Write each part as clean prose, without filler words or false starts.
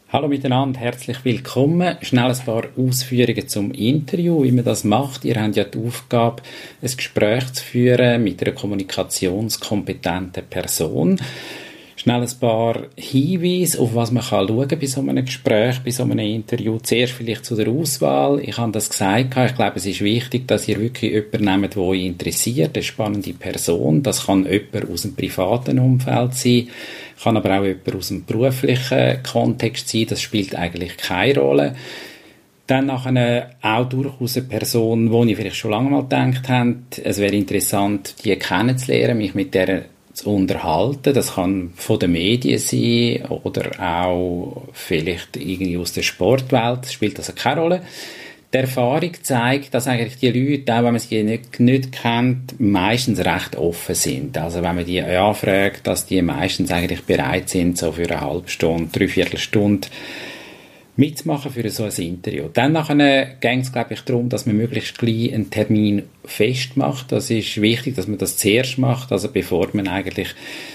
Hallo miteinander, herzlich willkommen. Schnell ein paar Ausführungen zum Interview, wie man das macht. Ihr habt ja die Aufgabe, ein Gespräch zu führen mit einer kommunikationskompetenten Person. Schnell ein paar Hinweise, auf was man schauen kann bei so einem Gespräch, bei so einem Interview. Zuerst vielleicht zu der Auswahl. Ich habe das gesagt, ich glaube, es ist wichtig, dass ihr wirklich jemanden nehmt, der euch interessiert, eine spannende Person. Das kann jemand aus dem privaten Umfeld sein, kann aber auch jemand aus dem beruflichen Kontext sein. Das spielt eigentlich keine Rolle. Dann nachher auch durchaus eine Person, wo ich vielleicht schon lange mal gedacht habe, es wäre interessant, die kennenzulernen, mich mit der zu unterhalten. Das kann von den Medien sein oder auch vielleicht irgendwie aus der Sportwelt. Das spielt also keine Rolle. Die Erfahrung zeigt, dass eigentlich die Leute, auch wenn man sie nicht kennt, meistens recht offen sind. Also wenn man die anfragt, dass die meistens eigentlich bereit sind, so für eine halbe Stunde, dreiviertel Stunde mitzumachen für so ein Interview. Dann nachher ging es, glaube ich, darum, dass man möglichst gleich einen Termin festmacht. Das ist wichtig, dass man das zuerst macht, also bevor man eigentlich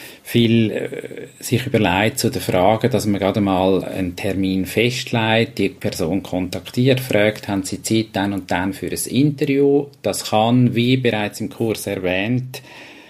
viel sich überlegt zu der Frage, dass man gerade mal einen Termin festlegt, die Person kontaktiert, fragt, haben Sie Zeit dann und dann für ein Interview. Das kann, wie bereits im Kurs erwähnt,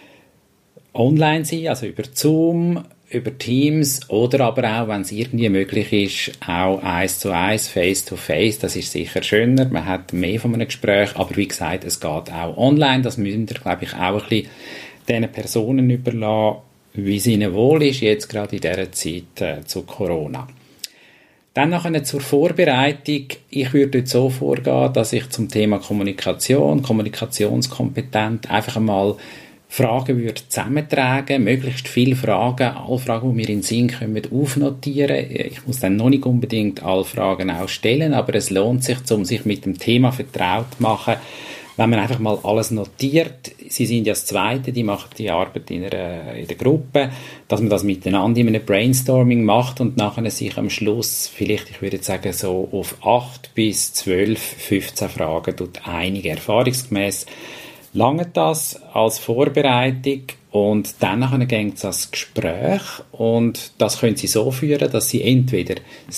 online sein, also über Zoom, über Teams oder aber auch, wenn es irgendwie möglich ist, auch 1:1, Face-to-Face. Das ist sicher schöner, man hat mehr von einem Gespräch, aber wie gesagt, es geht auch online. Das müssen wir, glaube ich, auch ein bisschen diesen Personen überlassen, wie es ihnen wohl ist, jetzt gerade in dieser Zeit zu Corona. Dann nachher zur Vorbereitung. Ich würde dort so vorgehen, dass ich zum Thema Kommunikation, kommunikationskompetent einfach einmal Fragen würde zusammentragen, möglichst viele Fragen, alle Fragen, die mir in den Sinn kommen, aufnotieren. Ich muss dann noch nicht unbedingt alle Fragen auch stellen, aber es lohnt sich, um sich mit dem Thema vertraut zu machen, wenn man einfach mal alles notiert. Sie sind ja das Zweite, die machen die Arbeit in der Gruppe, dass man das miteinander in einem Brainstorming macht und nachher sich am Schluss, vielleicht, ich würde sagen, so auf 8 bis 12, 15 Fragen einige erfahrungsgemäß lange das als Vorbereitung und dann gehen sie ans Gespräch und das können sie so führen, dass sie entweder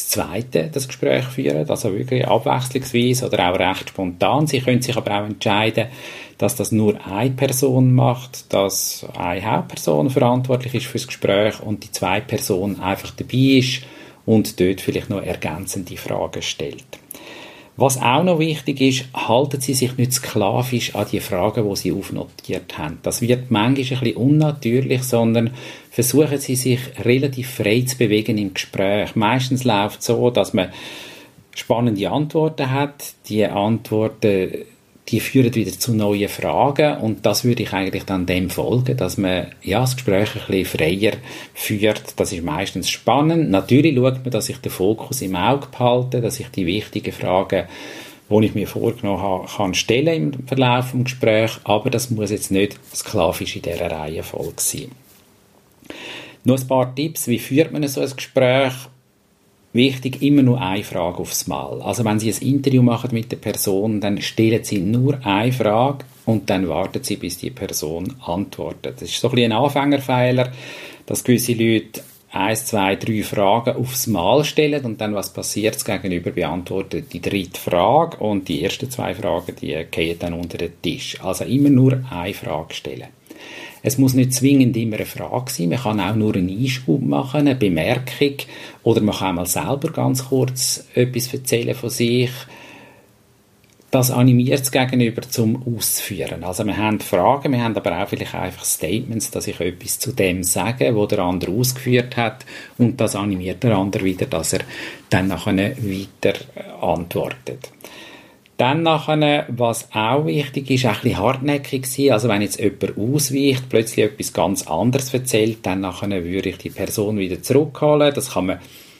das Gespräch führen, also wirklich abwechslungsweise oder auch recht spontan. Sie können sich aber auch entscheiden, dass das nur eine Person macht, dass eine Hauptperson verantwortlich ist fürs Gespräch und die zweite Person einfach dabei ist und dort vielleicht noch ergänzende Fragen stellt. Was auch noch wichtig ist, halten Sie sich nicht sklavisch an die Fragen, die Sie aufnotiert haben. Das wird manchmal ein bisschen unnatürlich, sondern versuchen Sie sich relativ frei zu bewegen im Gespräch. Meistens läuft es so, dass man spannende Antworten hat. Die Antworten, die führen wieder zu neuen Fragen und das würde ich eigentlich dann dem folgen, dass man das Gespräch ein bisschen freier führt. Das ist meistens spannend. Natürlich schaut man, dass ich den Fokus im Auge behalte, dass ich die wichtigen Fragen, die ich mir vorgenommen habe, kann stellen im Verlauf des Gesprächs, aber das muss jetzt nicht sklavisch in dieser Reihenfolge sein. Noch ein paar Tipps, wie führt man so ein Gespräch? Wichtig, immer nur eine Frage aufs Mal. Also wenn Sie ein Interview machen mit der Person, dann stellen Sie nur eine Frage und dann warten Sie, bis die Person antwortet. Das ist so ein bisschen ein Anfängerfehler, dass gewisse Leute 1, 2, 3 Fragen aufs Mal stellen und dann, was passiert, das Gegenüber beantwortet die dritte Frage und die ersten 2 Fragen, die gehen dann unter den Tisch. Also immer nur eine Frage stellen. Es muss nicht zwingend immer eine Frage sein, man kann auch nur einen Einschub machen, eine Bemerkung oder man kann mal selber ganz kurz etwas erzählen von sich. Das animiert das Gegenüber zum Ausführen. Also wir haben Fragen, wir haben aber auch vielleicht einfach Statements, dass ich etwas zu dem sage, wo der andere ausgeführt hat und das animiert der andere wieder, dass er dann nachher weiter antwortet. Dann nachher, was auch wichtig ist, ein bisschen hartnäckig sein. Also wenn jetzt jemand ausweicht, plötzlich etwas ganz anderes erzählt, dann nachher würde ich die Person wieder zurückholen. Das kann man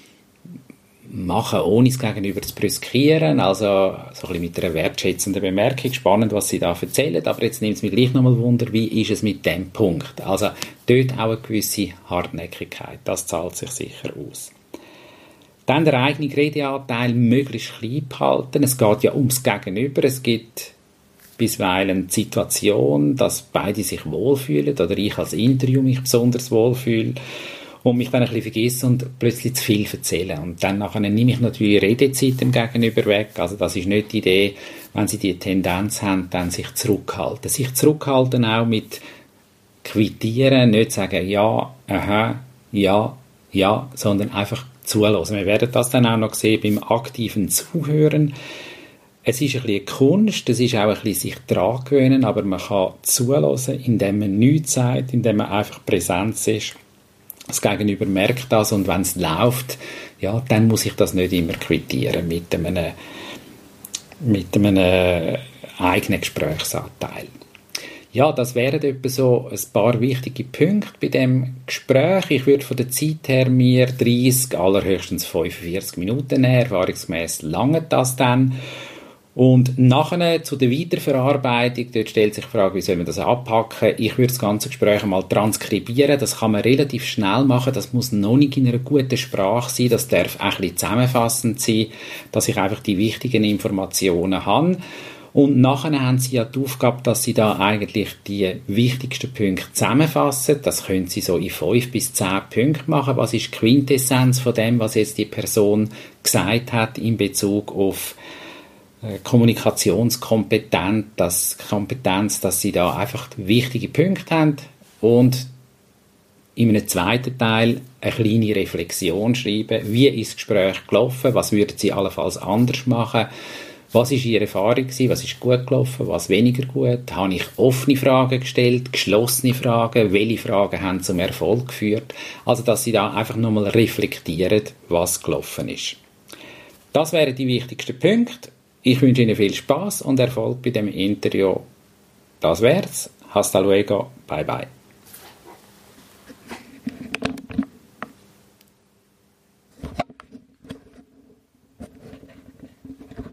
machen, ohne es Gegenüber zu brüskieren. Also so ein bisschen mit einer wertschätzenden Bemerkung. Spannend, was Sie da erzählen, aber jetzt nimmt es mich gleich nochmal Wunder, wie ist es mit dem Punkt? Also dort auch eine gewisse Hartnäckigkeit. Das zahlt sich sicher aus. Dann der eigene Redeanteil möglichst klein behalten. Es geht ja ums Gegenüber. Es gibt bisweilen die Situation, dass beide sich wohlfühlen oder ich als Interview mich besonders wohlfühle. und mich dann ein bisschen vergesse und plötzlich zu viel erzähle. Und dann nachher nehme ich natürlich Redezeit dem Gegenüber weg. Also das ist nicht die Idee, wenn Sie die Tendenz haben, dann sich zurückhalten. Sich zurückhalten auch mit quittieren, nicht sagen ja, aha, ja, ja, sondern einfach zuhören. Wir werden das dann auch noch sehen beim aktiven Zuhören. Es ist ein bisschen eine Kunst, es ist auch ein bisschen sich dran gewöhnen, aber man kann zuhören, indem man nichts sagt, indem man einfach präsent ist. Das Gegenüber merkt das und wenn es läuft, ja, dann muss ich das nicht immer quittieren mit einem eigenen Gesprächsanteil. Ja, das wären etwa so ein paar wichtige Punkte bei dem Gespräch. Ich würde von der Zeit her mir 30, allerhöchstens 45 Minuten nehmen. Erfahrungsgemäss lange das dann. Und nachher zu der Weiterverarbeitung, dort stellt sich die Frage, wie soll man das abpacken? Ich würde das ganze Gespräch einmal transkribieren. Das kann man relativ schnell machen. Das muss noch nicht in einer guten Sprache sein. Das darf auch ein bisschen zusammenfassend sein, dass ich einfach die wichtigen Informationen habe. Und nachher haben Sie ja die Aufgabe, dass Sie da eigentlich die wichtigsten Punkte zusammenfassen. Das können Sie so in 5 bis 10 Punkte machen. Was ist die Quintessenz von dem, was jetzt die Person gesagt hat in Bezug auf Kommunikationskompetenz, dass Sie da einfach wichtige Punkte haben und in einem zweiten Teil eine kleine Reflexion schreiben. Wie ist das Gespräch gelaufen? Was würden Sie allenfalls anders machen? Was ist Ihre Erfahrung gewesen? Was ist gut gelaufen? Was weniger gut? Habe ich offene Fragen gestellt? Geschlossene Fragen? Welche Fragen haben zum Erfolg geführt? Also, dass Sie da einfach nochmal reflektieren, was gelaufen ist. Das wären die wichtigsten Punkte. Ich wünsche Ihnen viel Spaß und Erfolg bei dem Interview. Das wär's. Hasta luego. Bye bye.